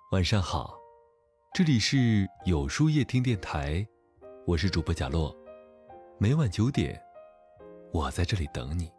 晚上好，这里是有书夜听电台，我是主播贾洛，每晚9点，我在这里等你。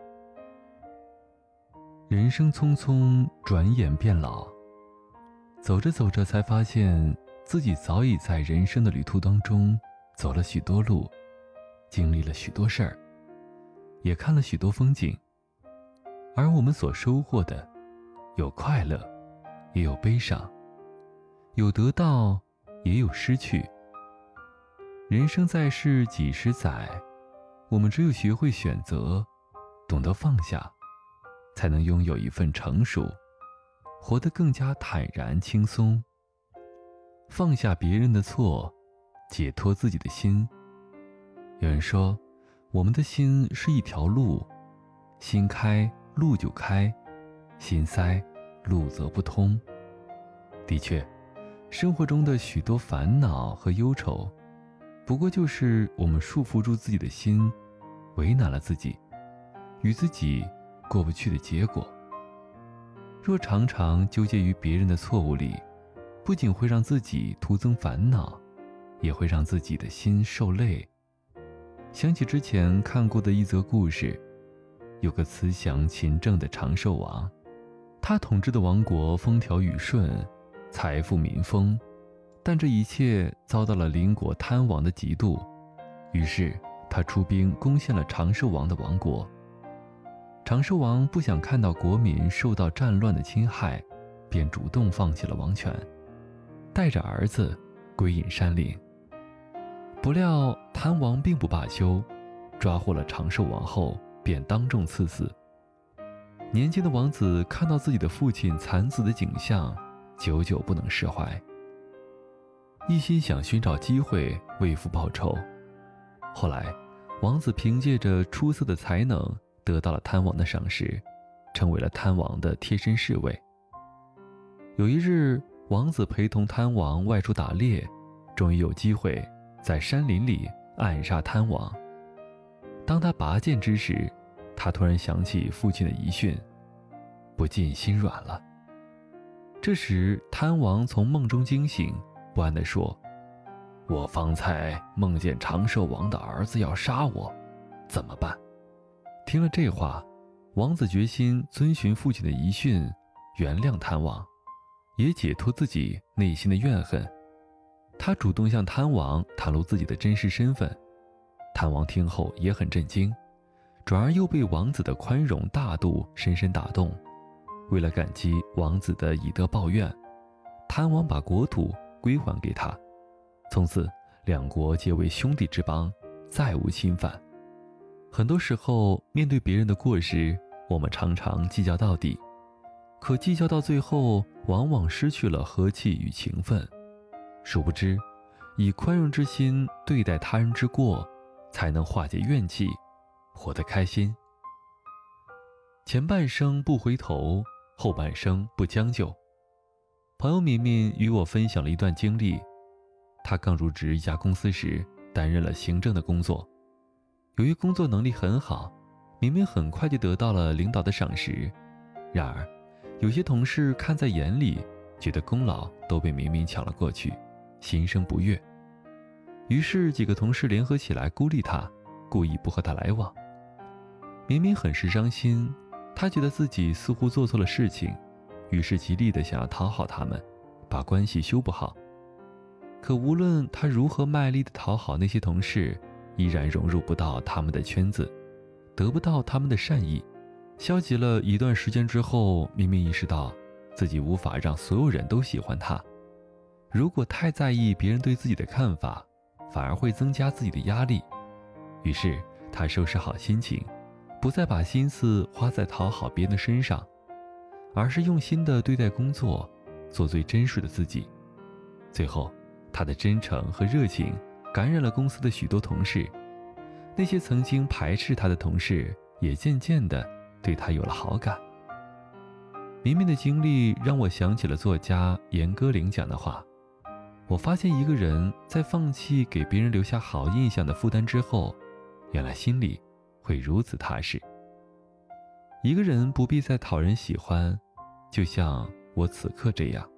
人生匆匆，转眼变老，走着走着才发现自己早已在人生的旅途当中走了许多路，经历了许多事儿，也看了许多风景，而我们所收获的，有快乐，也有悲伤，有得到，也有失去。人生在世几十载，我们只有学会选择，懂得放下，才能拥有一份成熟，活得更加坦然轻松。放下别人的错，解脱自己的心。有人说，我们的心是一条路，心开路就开，心塞路则不通。的确，生活中的许多烦恼和忧愁，不过就是我们束缚住自己的心，为难了自己，与自己过不去的结果。若常常纠结于别人的错误里，不仅会让自己徒增烦恼，也会让自己的心受累。想起之前看过的一则故事，有个慈祥勤政的长寿王，他统治的王国风调雨顺，财富民丰，但这一切遭到了邻国贪王的嫉妒，于是他出兵攻陷了长寿王的王国。长寿王不想看到国民受到战乱的侵害，便主动放弃了王权，带着儿子归隐山林。不料贪王并不罢休，抓获了长寿王后，便当众赐死。年轻的王子看到自己的父亲惨死的景象，久久不能释怀，一心想寻找机会为父报仇。后来王子凭借着出色的才能得到了贪王的赏识，成为了贪王的贴身侍卫。有一日，王子陪同贪王外出打猎，终于有机会在山林里暗杀贪王。当他拔剑之时，他突然想起父亲的遗训，不禁心软了。这时贪王从梦中惊醒，不安地说：我方才梦见长寿王的儿子要杀我，怎么办？听了这话，王子决心遵循父亲的遗训，原谅贪王，也解脱自己内心的怨恨。他主动向贪王袒露自己的真实身份，贪王听后也很震惊，转而又被王子的宽容大度深深打动。为了感激王子的以德报怨，贪王把国土归还给他，从此两国结为兄弟之邦，再无侵犯。很多时候，面对别人的过失，我们常常计较到底，可计较到最后，往往失去了和气与情分。殊不知，以宽容之心对待他人之过，才能化解怨气，活得开心。前半生不回头，后半生不将就。朋友敏敏与我分享了一段经历，她刚入职一家公司时，担任了行政的工作。由于工作能力很好，敏敏很快就得到了领导的赏识。然而，有些同事看在眼里，觉得功劳都被敏敏抢了过去，心生不悦。于是几个同事联合起来孤立她，故意不和她来往。敏敏很是伤心，她觉得自己似乎做错了事情，于是极力地想要讨好他们，把关系修补好。可无论她如何卖力地讨好那些同事，依然融入不到他们的圈子，得不到他们的善意。消极了一段时间之后，敏敏意识到自己无法让所有人都喜欢她。如果太在意别人对自己的看法，反而会增加自己的压力。于是她收拾好心情，不再把心思花在讨好别人的身上，而是用心地对待工作，做最真实的自己。最后，她的真诚和热情感染了公司的许多同事，那些曾经排斥她的同事也渐渐地对她有了好感。明明的经历让我想起了作家严歌苓讲的话，我发现一个人在放弃给别人留下好印象的负担之后，原来心里会如此踏实。一个人不必再讨人喜欢，就像我此刻这样，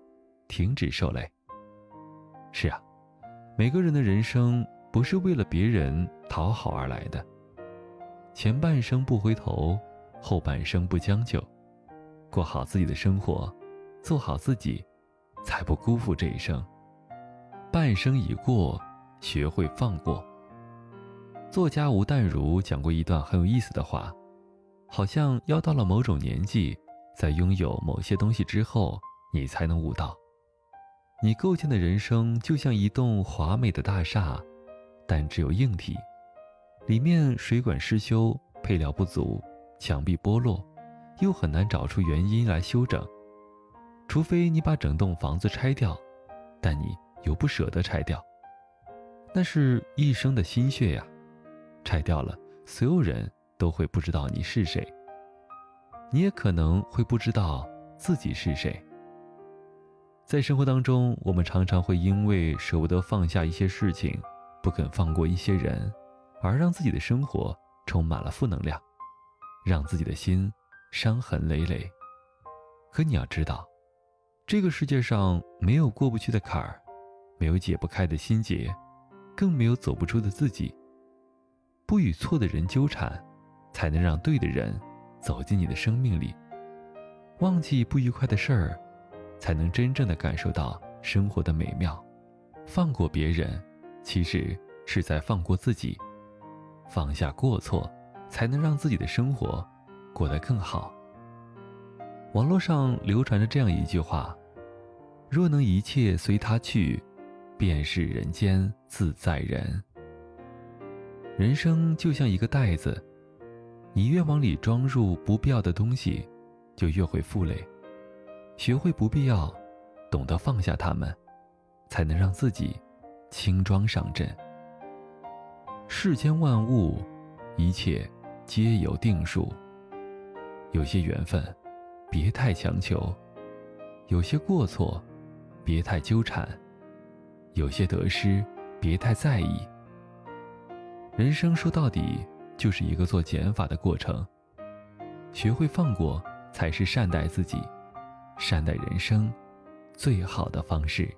停止受累。是啊，每个人的人生不是为了别人讨好而来的，前半生不回头，后半生不将就，过好自己的生活，做好自己，才不辜负这一生。半生已过，学会放过。作家吴淡如讲过一段很有意思的话，好像要到了某种年纪，在拥有某些东西之后，你才能悟到，你构建的人生就像一栋华美的大厦，但只有硬体，里面水管失修，配料不足，墙壁剥落，又很难找出原因来修整。除非你把整栋房子拆掉，但你又不舍得拆掉，那是一生的心血呀。拆掉了，所有人都会不知道你是谁，你也可能会不知道自己是谁。在生活当中，我们常常会因为舍不得放下一些事情，不肯放过一些人，而让自己的生活充满了负能量，让自己的心伤痕累累。可你要知道，这个世界上没有过不去的坎儿，没有解不开的心结，更没有走不出的自己。不与错的人纠缠，才能让对的人走进你的生命里。忘记不愉快的事儿，才能真正的感受到生活的美妙。放过别人，其实是在放过自己。放下过错，才能让自己的生活过得更好。网络上流传着这样一句话：若能一切随他去，便是人间自在人。人生就像一个袋子，你越往里装入不必要的东西，就越会负累。学会不必要，懂得放下它们，才能让自己轻装上阵。世间万物，一切皆有定数。有些缘分，别太强求；有些过错，别太纠缠；有些得失，别太在意。人生说到底就是一个做减法的过程，学会放过，才是善待自己、善待人生最好的方式。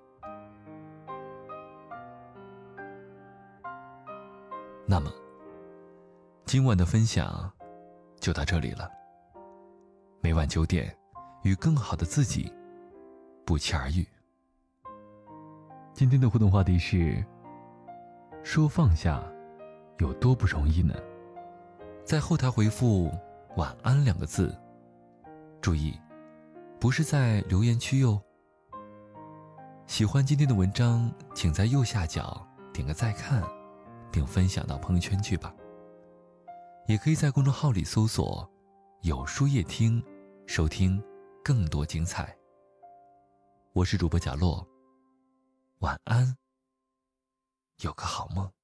那么，今晚的分享就到这里了。每晚9点，与更好的自己不期而遇。今天的互动话题是：说放下有多不容易呢？在后台回复晚安2个字，注意，不是在留言区哟。喜欢今天的文章，请在右下角点个再看，并分享到朋友圈去吧。也可以在公众号里搜索有书夜听，收听更多精彩。我是主播贾洛，晚安，有个好梦。